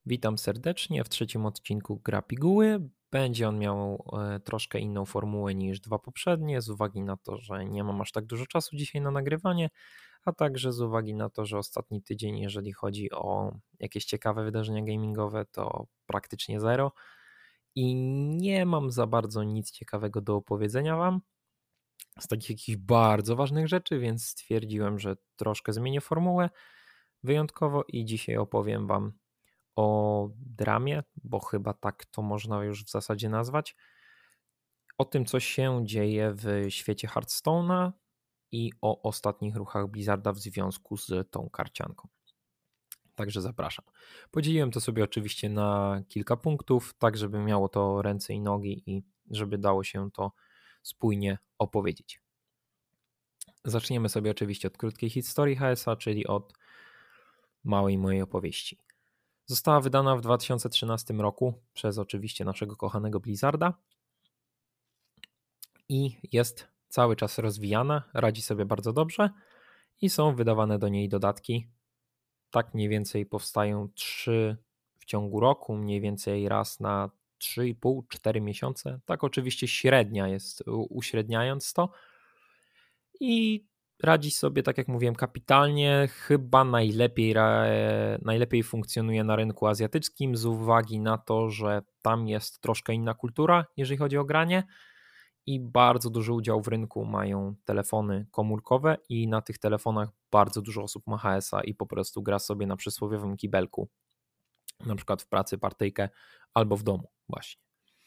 Witam serdecznie w trzecim odcinku Gra Piguły. Będzie on miał troszkę inną formułę niż dwa poprzednie, z uwagi na to, że nie mam aż tak dużo czasu dzisiaj na nagrywanie, a także z uwagi na to, że ostatni tydzień, jeżeli chodzi o jakieś ciekawe wydarzenia gamingowe, to praktycznie zero i nie mam za bardzo nic ciekawego do opowiedzenia Wam z takich jakichś bardzo ważnych rzeczy, więc stwierdziłem, że troszkę zmienię formułę wyjątkowo i dzisiaj opowiem Wam o dramie, bo chyba tak to można już w zasadzie nazwać, o tym, co się dzieje w świecie Hearthstone'a i o ostatnich ruchach Blizzarda w związku z tą karcianką. Także zapraszam. Podzieliłem to sobie oczywiście na kilka punktów, tak żeby miało to ręce i nogi i żeby dało się to spójnie opowiedzieć. Zaczniemy sobie oczywiście od krótkiej historii HS-a, czyli od małej mojej opowieści. Została wydana w 2013 roku przez oczywiście naszego kochanego Blizzarda i jest cały czas rozwijana, radzi sobie bardzo dobrze i są wydawane do niej dodatki. Tak mniej więcej powstają 3 w ciągu roku, mniej więcej raz na 3,5-4 miesiące. Tak oczywiście średnia jest, uśredniając to. I radzi sobie, tak jak mówiłem, kapitalnie. Chyba najlepiej funkcjonuje na rynku azjatyckim z uwagi na to, że tam jest troszkę inna kultura, jeżeli chodzi o granie i bardzo duży udział w rynku mają telefony komórkowe i na tych telefonach bardzo dużo osób ma HS-a i po prostu gra sobie na przysłowiowym kibelku, na przykład w pracy partyjkę albo w domu właśnie.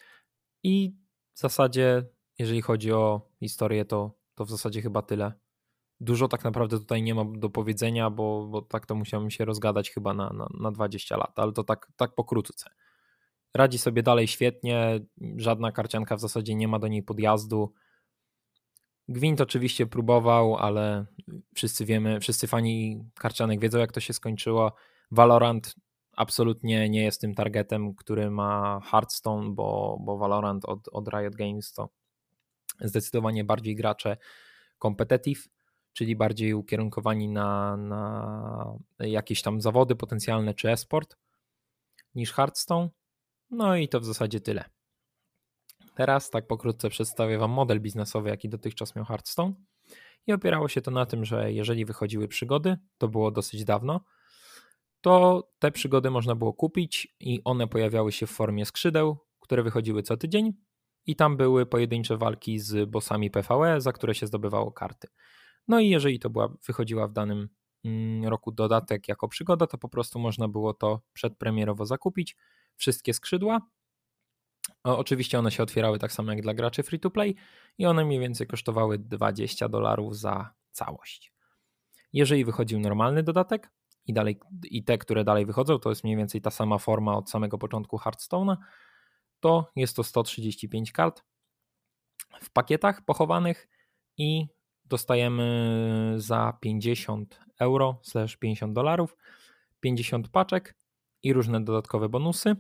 I w zasadzie, jeżeli chodzi o historię, to w zasadzie chyba tyle. Dużo tak naprawdę tutaj nie ma do powiedzenia, bo tak to musiałem się rozgadać chyba na 20 lat, ale to tak pokrótce. Radzi sobie dalej świetnie, żadna karcianka w zasadzie nie ma do niej podjazdu. Gwint oczywiście próbował, ale wszyscy fani karcianek wiedzą, jak to się skończyło. Valorant absolutnie nie jest tym targetem, który ma Hearthstone, bo Valorant od Riot Games to zdecydowanie bardziej gracze competitive, czyli bardziej ukierunkowani na jakieś tam zawody potencjalne czy e-sport niż Hearthstone. No i to w zasadzie tyle. Teraz tak pokrótce przedstawię Wam model biznesowy, jaki dotychczas miał Hearthstone i opierało się to na tym, że jeżeli wychodziły przygody, to było dosyć dawno, to te przygody można było kupić i one pojawiały się w formie skrzydeł, które wychodziły co tydzień i tam były pojedyncze walki z bossami PvE, za które się zdobywało karty. No i jeżeli to wychodziła w danym roku dodatek jako przygoda, to po prostu można było to przedpremierowo zakupić, wszystkie skrzydła. Oczywiście one się otwierały tak samo jak dla graczy free to play i one mniej więcej kosztowały $20 za całość. Jeżeli wychodził normalny dodatek i te, które dalej wychodzą, to jest mniej więcej ta sama forma od samego początku Hearthstone'a, to jest to 135 kart w pakietach pochowanych i dostajemy za 50 euro $50 50 paczek i różne dodatkowe bonusy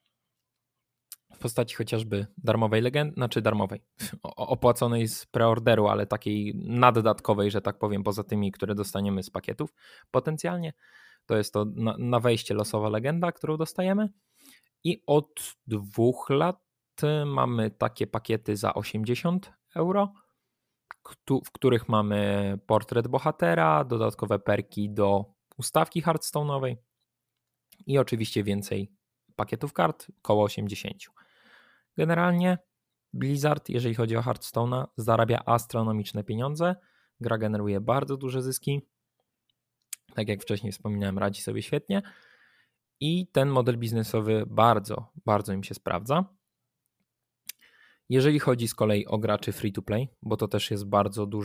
w postaci chociażby darmowej legendy, znaczy darmowej, opłaconej z preorderu, ale takiej naddodatkowej, że tak powiem, poza tymi, które dostaniemy z pakietów potencjalnie. To jest to na wejście losowa legenda, którą dostajemy i od 2 lat mamy takie pakiety za 80 euro, w których mamy portret bohatera, dodatkowe perki do ustawki Hearthstone'owej i oczywiście więcej pakietów kart, około 80. Generalnie Blizzard, jeżeli chodzi o Hearthstone'a, zarabia astronomiczne pieniądze, gra generuje bardzo duże zyski, tak jak wcześniej wspominałem, radzi sobie świetnie i ten model biznesowy bardzo, bardzo im się sprawdza. Jeżeli chodzi z kolei o graczy free to play, bo to też jest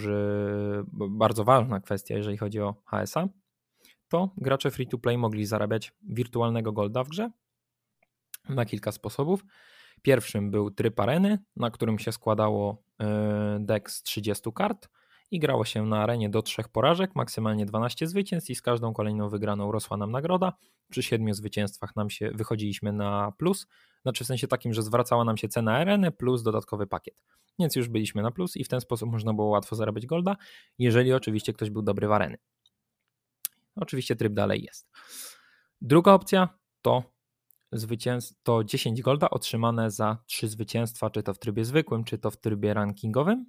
bardzo ważna kwestia, jeżeli chodzi o HS-a, to gracze free to play mogli zarabiać wirtualnego golda w grze na kilka sposobów. Pierwszym był tryb areny, na którym się składało deck z 30 kart i grało się na arenie do 3 porażek, maksymalnie 12 zwycięstw i z każdą kolejną wygraną rosła nam nagroda. Przy 7 zwycięstwach wychodziliśmy na plus, znaczy w sensie takim, że zwracała nam się cena areny plus dodatkowy pakiet. Więc już byliśmy na plus i w ten sposób można było łatwo zarabiać golda, jeżeli oczywiście ktoś był dobry w areny. Oczywiście tryb dalej jest. Druga opcja to to 10 golda otrzymane za 3 zwycięstwa, czy to w trybie zwykłym, czy to w trybie rankingowym.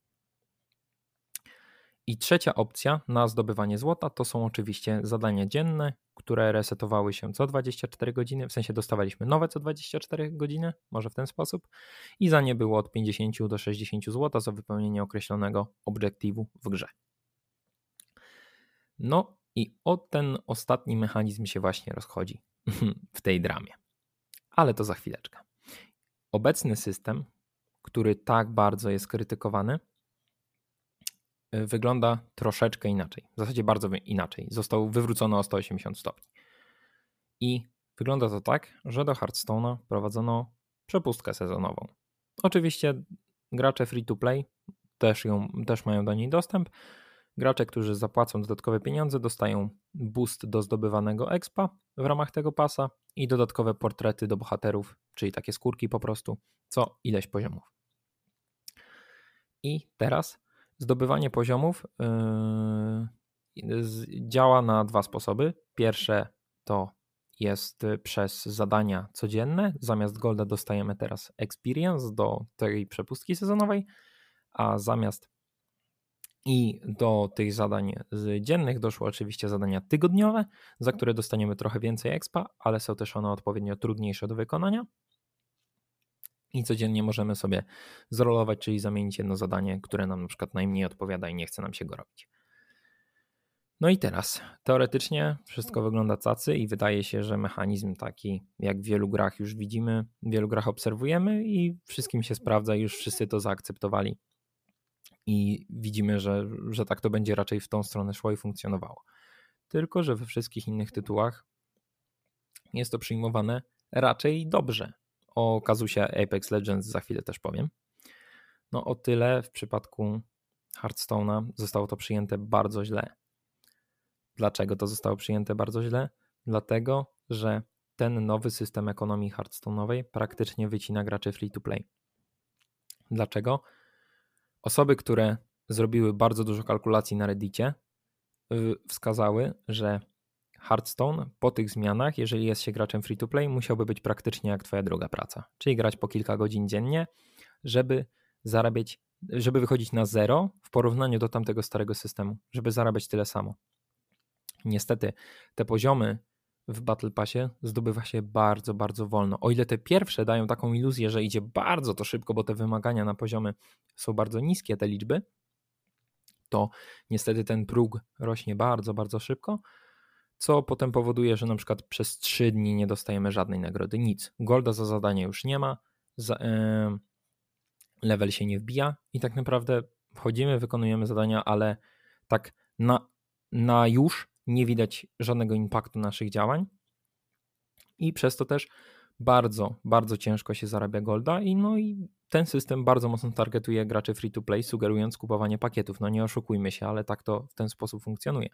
I trzecia opcja na zdobywanie złota to są oczywiście zadania dzienne, które resetowały się co 24 godziny, w sensie dostawaliśmy nowe co 24 godziny, może w ten sposób, i za nie było od 50 do 60 złota za wypełnienie określonego obiektywu w grze. No i o ten ostatni mechanizm się właśnie rozchodzi w tej dramie. Ale to za chwileczkę. Obecny system, który tak bardzo jest krytykowany, wygląda troszeczkę inaczej. W zasadzie bardzo inaczej. Został wywrócony o 180 stopni. I wygląda to tak, że do Hearthstone'a prowadzono przepustkę sezonową. Oczywiście gracze free to play też mają do niej dostęp. Gracze, którzy zapłacą dodatkowe pieniądze, dostają boost do zdobywanego expa w ramach tego pasa i dodatkowe portrety do bohaterów, czyli takie skórki po prostu, co ileś poziomów. I teraz zdobywanie poziomów działa na 2 sposoby. Pierwsze to jest przez zadania codzienne. Zamiast golda dostajemy teraz experience do tej przepustki sezonowej, a do tych zadań dziennych doszło oczywiście zadania tygodniowe, za które dostaniemy trochę więcej expa, ale są też one odpowiednio trudniejsze do wykonania. I codziennie możemy sobie zrolować, czyli zamienić jedno zadanie, które nam na przykład najmniej odpowiada i nie chce nam się go robić. No i teraz, teoretycznie wszystko wygląda cacy i wydaje się, że mechanizm taki, jak w wielu grach już widzimy, w wielu grach obserwujemy i wszystkim się sprawdza, już wszyscy to zaakceptowali. I widzimy, że tak to będzie raczej w tą stronę szło i funkcjonowało. Tylko że we wszystkich innych tytułach jest to przyjmowane raczej dobrze. O kazusie Apex Legends za chwilę też powiem. No o tyle w przypadku Hearthstone'a zostało to przyjęte bardzo źle. Dlaczego to zostało przyjęte bardzo źle? Dlatego, że ten nowy system ekonomii Hearthstone'owej praktycznie wycina graczy free to play. Dlaczego? Osoby, które zrobiły bardzo dużo kalkulacji na Reddicie, wskazały, że Hearthstone po tych zmianach, jeżeli jest się graczem free to play, musiałby być praktycznie jak twoja druga praca, czyli grać po kilka godzin dziennie, żeby wychodzić na zero w porównaniu do tamtego starego systemu, żeby zarabiać tyle samo. Niestety te poziomy w Battle Passie zdobywa się bardzo, bardzo wolno. O ile te pierwsze dają taką iluzję, że idzie bardzo to szybko, bo te wymagania na poziomy są bardzo niskie, te liczby, to niestety ten próg rośnie bardzo, bardzo szybko, co potem powoduje, że na przykład przez 3 dni nie dostajemy żadnej nagrody, nic. Golda za zadanie już nie ma, level się nie wbija i tak naprawdę wchodzimy, wykonujemy zadania, ale tak na już nie widać żadnego impaktu naszych działań i przez to też bardzo, bardzo ciężko się zarabia golda i ten system bardzo mocno targetuje graczy free to play, sugerując kupowanie pakietów. No nie oszukujmy się, ale tak to w ten sposób funkcjonuje.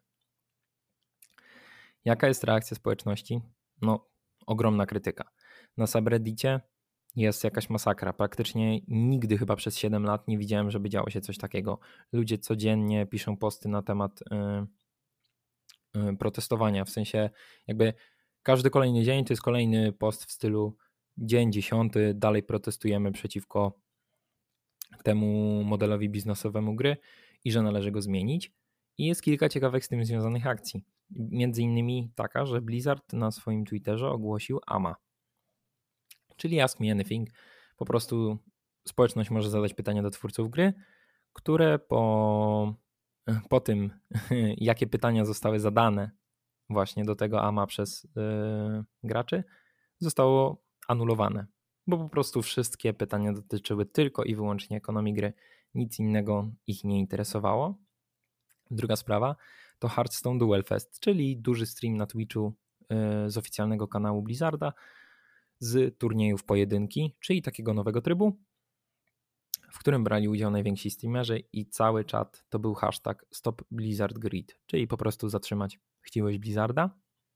Jaka jest reakcja społeczności? No ogromna krytyka. Na subreddicie jest jakaś masakra. Praktycznie nigdy chyba przez 7 lat nie widziałem, żeby działo się coś takiego. Ludzie codziennie piszą posty na temat protestowania, w sensie jakby każdy kolejny dzień to jest kolejny post w stylu dzień 10, dalej protestujemy przeciwko temu modelowi biznesowemu gry i że należy go zmienić. I jest kilka ciekawych z tym związanych akcji. Między innymi taka, że Blizzard na swoim Twitterze ogłosił AMA, czyli Ask Me Anything. Po prostu społeczność może zadać pytania do twórców gry, które po tym, jakie pytania zostały zadane właśnie do tego AMA przez graczy, zostało anulowane, bo po prostu wszystkie pytania dotyczyły tylko i wyłącznie ekonomii gry, nic innego ich nie interesowało. Druga sprawa to Hearthstone Duel Fest, czyli duży stream na Twitchu z oficjalnego kanału Blizzarda z turniejów pojedynki, czyli takiego nowego trybu, w którym brali udział najwięksi streamerzy i cały czat to był hashtag Stop Blizzard Greed, czyli po prostu zatrzymać chciwość Blizzarda.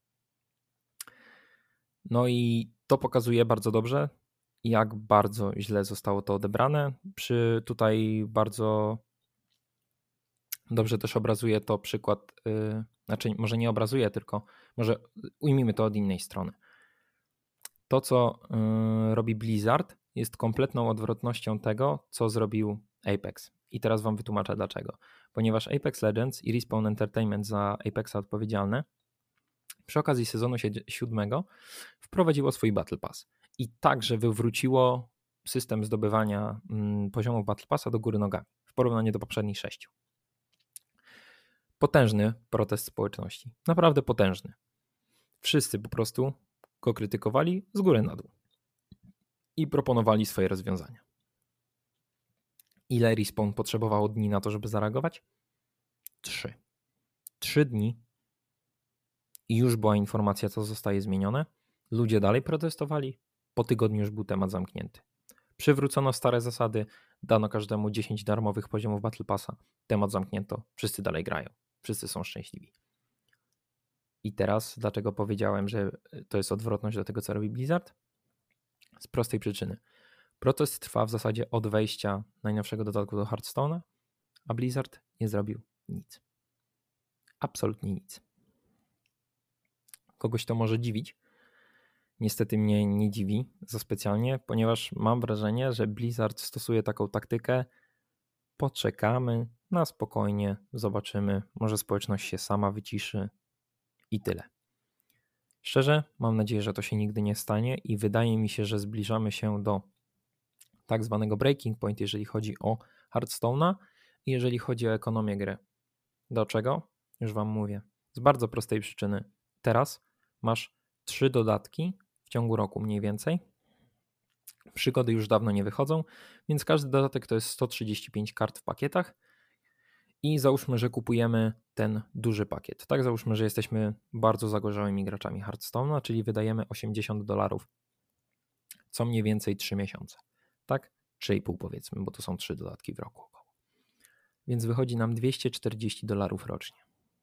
No i to pokazuje bardzo dobrze, jak bardzo źle zostało to odebrane. Tutaj bardzo dobrze też obrazuje to przykład, znaczy może nie obrazuje, tylko może ujmijmy to od innej strony. To, co robi Blizzard, jest kompletną odwrotnością tego, co zrobił Apex. I teraz wam wytłumaczę dlaczego. Ponieważ Apex Legends i Respawn Entertainment za Apexa odpowiedzialne przy okazji sezonu 7 wprowadziło swój Battle Pass i także wywróciło system zdobywania poziomów Battle Passa do góry nogami w porównaniu do poprzednich 6. Potężny protest społeczności. Naprawdę potężny. Wszyscy po prostu go krytykowali z góry na dół i proponowali swoje rozwiązania. Ile Respawn potrzebowało dni na to, żeby zareagować? 3. 3 dni i już była informacja, co zostaje zmienione. Ludzie dalej protestowali. Po tygodniu już był temat zamknięty. Przywrócono stare zasady, dano każdemu 10 darmowych poziomów Battle Passa. Temat zamknięto, wszyscy dalej grają. Wszyscy są szczęśliwi. I teraz, dlaczego powiedziałem, że to jest odwrotność do tego, co robi Blizzard? Z prostej przyczyny. Protest trwa w zasadzie od wejścia najnowszego dodatku do Hearthstone'a, a Blizzard nie zrobił nic. Absolutnie nic. Kogoś to może dziwić. Niestety mnie nie dziwi za specjalnie, ponieważ mam wrażenie, że Blizzard stosuje taką taktykę: poczekamy, na spokojnie, zobaczymy, może społeczność się sama wyciszy i tyle. Szczerze, mam nadzieję, że to się nigdy nie stanie i wydaje mi się, że zbliżamy się do tak zwanego breaking point, jeżeli chodzi o Hearthstone'a i jeżeli chodzi o ekonomię gry. Do czego? Już wam mówię. Z bardzo prostej przyczyny. Teraz masz 3 dodatki w ciągu roku mniej więcej. Przygody już dawno nie wychodzą, więc każdy dodatek to jest 135 kart w pakietach i załóżmy, że kupujemy ten duży pakiet. Tak, załóżmy, że jesteśmy bardzo zagorzałymi graczami Hearthstone'a, czyli wydajemy $80 co mniej więcej 3 miesiące. Tak? 3,5 powiedzmy, bo to są 3 dodatki w roku około. Więc wychodzi nam $240 rocznie.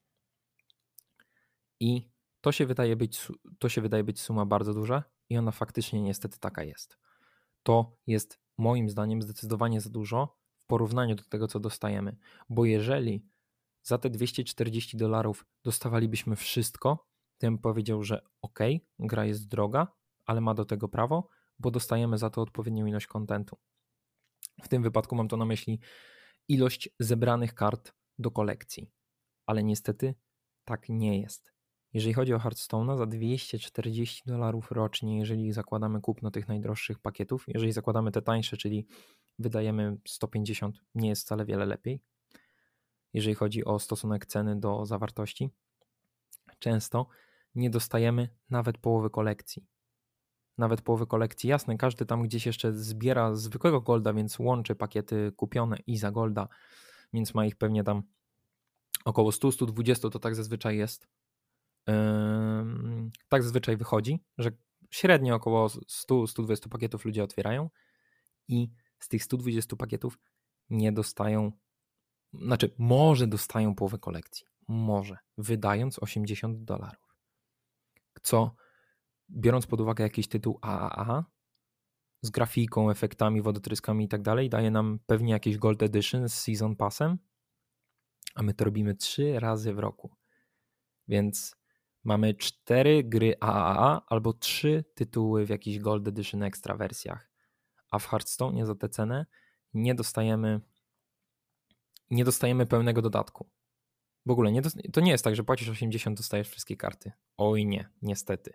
I to się wydaje być suma bardzo duża i ona faktycznie niestety taka jest. To jest moim zdaniem zdecydowanie za dużo w porównaniu do tego, co dostajemy. Bo jeżeli za te $240 dostawalibyśmy wszystko, to bym powiedział, że okej, gra jest droga, ale ma do tego prawo, bo dostajemy za to odpowiednią ilość kontentu. W tym wypadku mam to na myśli ilość zebranych kart do kolekcji. Ale niestety tak nie jest. Jeżeli chodzi o Hearthstone'a, za $240 rocznie, jeżeli zakładamy kupno tych najdroższych pakietów, jeżeli zakładamy te tańsze, czyli wydajemy 150, nie jest wcale wiele lepiej. Jeżeli chodzi o stosunek ceny do zawartości, często nie dostajemy nawet połowy kolekcji. Nawet połowy kolekcji, jasne, każdy tam gdzieś jeszcze zbiera zwykłego golda, więc łączy pakiety kupione i za golda, więc ma ich pewnie tam około 100-120, to tak zazwyczaj jest. Tak zazwyczaj wychodzi, że średnio około 100-120 pakietów ludzie otwierają i z tych 120 pakietów nie dostają, znaczy może dostają połowę kolekcji, może, wydając $80. Co, biorąc pod uwagę jakiś tytuł AAA z grafiką, efektami, wodotryskami i tak dalej, daje nam pewnie jakieś Gold Edition z Season Passem, a my to robimy 3 razy w roku. Więc mamy 4 gry AAA albo 3 tytuły w jakichś Gold Edition Extra wersjach. A w Hearthstone za tę cenę nie dostajemy pełnego dodatku. W ogóle to nie jest tak, że płacisz 80, dostajesz wszystkie karty. Oj nie, niestety.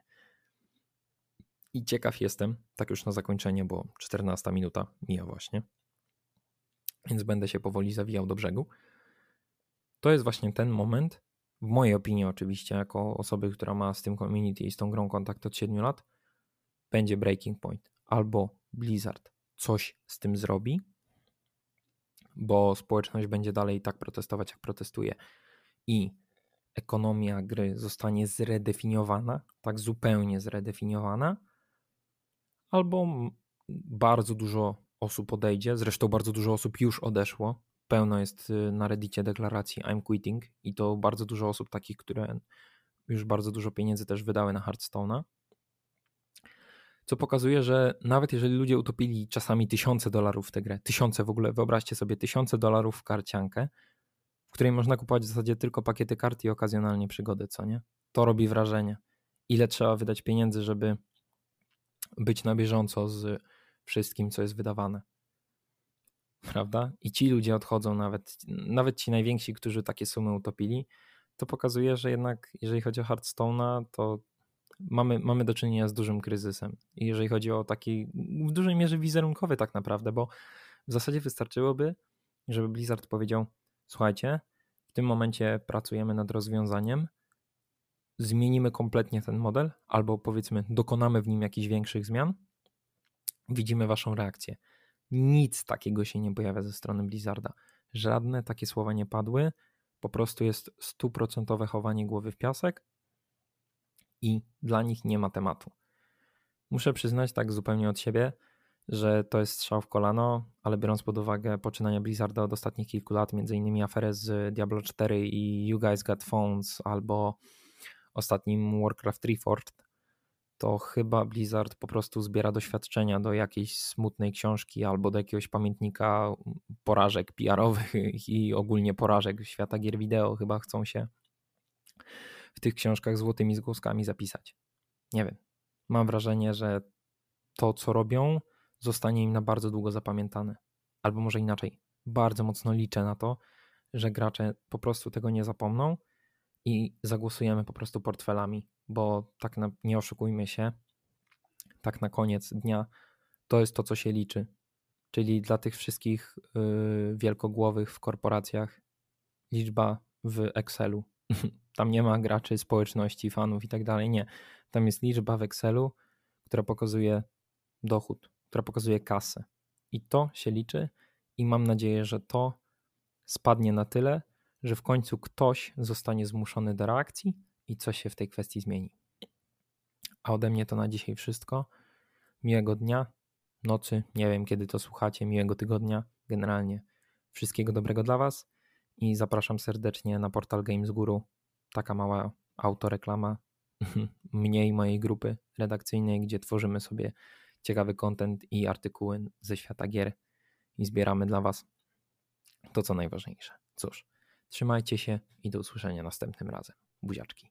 I ciekaw jestem, tak już na zakończenie, bo 14 minuta mija właśnie, więc będę się powoli zawijał do brzegu. To jest właśnie ten moment, w mojej opinii oczywiście, jako osoby, która ma z tym community i z tą grą kontakt od 7 lat, będzie breaking point. Albo Blizzard coś z tym zrobi, bo społeczność będzie dalej tak protestować, jak protestuje i ekonomia gry zostanie zredefiniowana, tak zupełnie zredefiniowana, albo bardzo dużo osób odejdzie, zresztą bardzo dużo osób już odeszło, pełno jest na Reddicie deklaracji I'm quitting i to bardzo dużo osób takich, które już bardzo dużo pieniędzy też wydały na Hearthstone'a, co pokazuje, że nawet jeżeli ludzie utopili czasami $1000 w tę grę, tysiące w ogóle, wyobraźcie sobie $1000 w karciankę, w której można kupować w zasadzie tylko pakiety kart i okazjonalnie przygody, co nie? To robi wrażenie. Ile trzeba wydać pieniędzy, żeby być na bieżąco z wszystkim, co jest wydawane. Prawda? I ci ludzie odchodzą, nawet ci najwięksi, którzy takie sumy utopili, to pokazuje, że jednak jeżeli chodzi o Hearthstone'a, to mamy do czynienia z dużym kryzysem. I jeżeli chodzi o taki w dużej mierze wizerunkowy tak naprawdę, bo w zasadzie wystarczyłoby, żeby Blizzard powiedział: słuchajcie, w tym momencie pracujemy nad rozwiązaniem, zmienimy kompletnie ten model, albo powiedzmy dokonamy w nim jakichś większych zmian, widzimy waszą reakcję. Nic takiego się nie pojawia ze strony Blizzarda. Żadne takie słowa nie padły, po prostu jest 100% chowanie głowy w piasek i dla nich nie ma tematu. Muszę przyznać tak zupełnie od siebie, że to jest strzał w kolano, ale biorąc pod uwagę poczynania Blizzarda od ostatnich kilku lat, między innymi aferę z Diablo 4 i You Guys Got Phones, albo ostatnim Warcraft Reforged, to chyba Blizzard po prostu zbiera doświadczenia do jakiejś smutnej książki albo do jakiegoś pamiętnika porażek PR-owych i ogólnie porażek świata gier wideo. Chyba chcą się w tych książkach złotymi zgłoskami zapisać. Nie wiem. Mam wrażenie, że to, co robią, zostanie im na bardzo długo zapamiętane. Albo może inaczej. Bardzo mocno liczę na to, że gracze po prostu tego nie zapomną i zagłosujemy po prostu portfelami, bo tak nie oszukujmy się, tak na koniec dnia to jest to, co się liczy. Czyli dla tych wszystkich wielkogłowych w korporacjach liczba w Excelu. Tam nie ma graczy, społeczności, fanów i tak dalej. Nie. Tam jest liczba w Excelu, która pokazuje dochód, która pokazuje kasę. I to się liczy i mam nadzieję, że to spadnie na tyle, że w końcu ktoś zostanie zmuszony do reakcji i coś się w tej kwestii zmieni. A ode mnie to na dzisiaj wszystko. Miłego dnia, nocy, nie wiem kiedy to słuchacie, miłego tygodnia, generalnie wszystkiego dobrego dla Was i zapraszam serdecznie na portal Games Guru. Taka mała autoreklama mnie i mojej grupy redakcyjnej, gdzie tworzymy sobie ciekawy content i artykuły ze świata gier i zbieramy dla Was to, co najważniejsze. Cóż, trzymajcie się i do usłyszenia następnym razem. Buziaczki.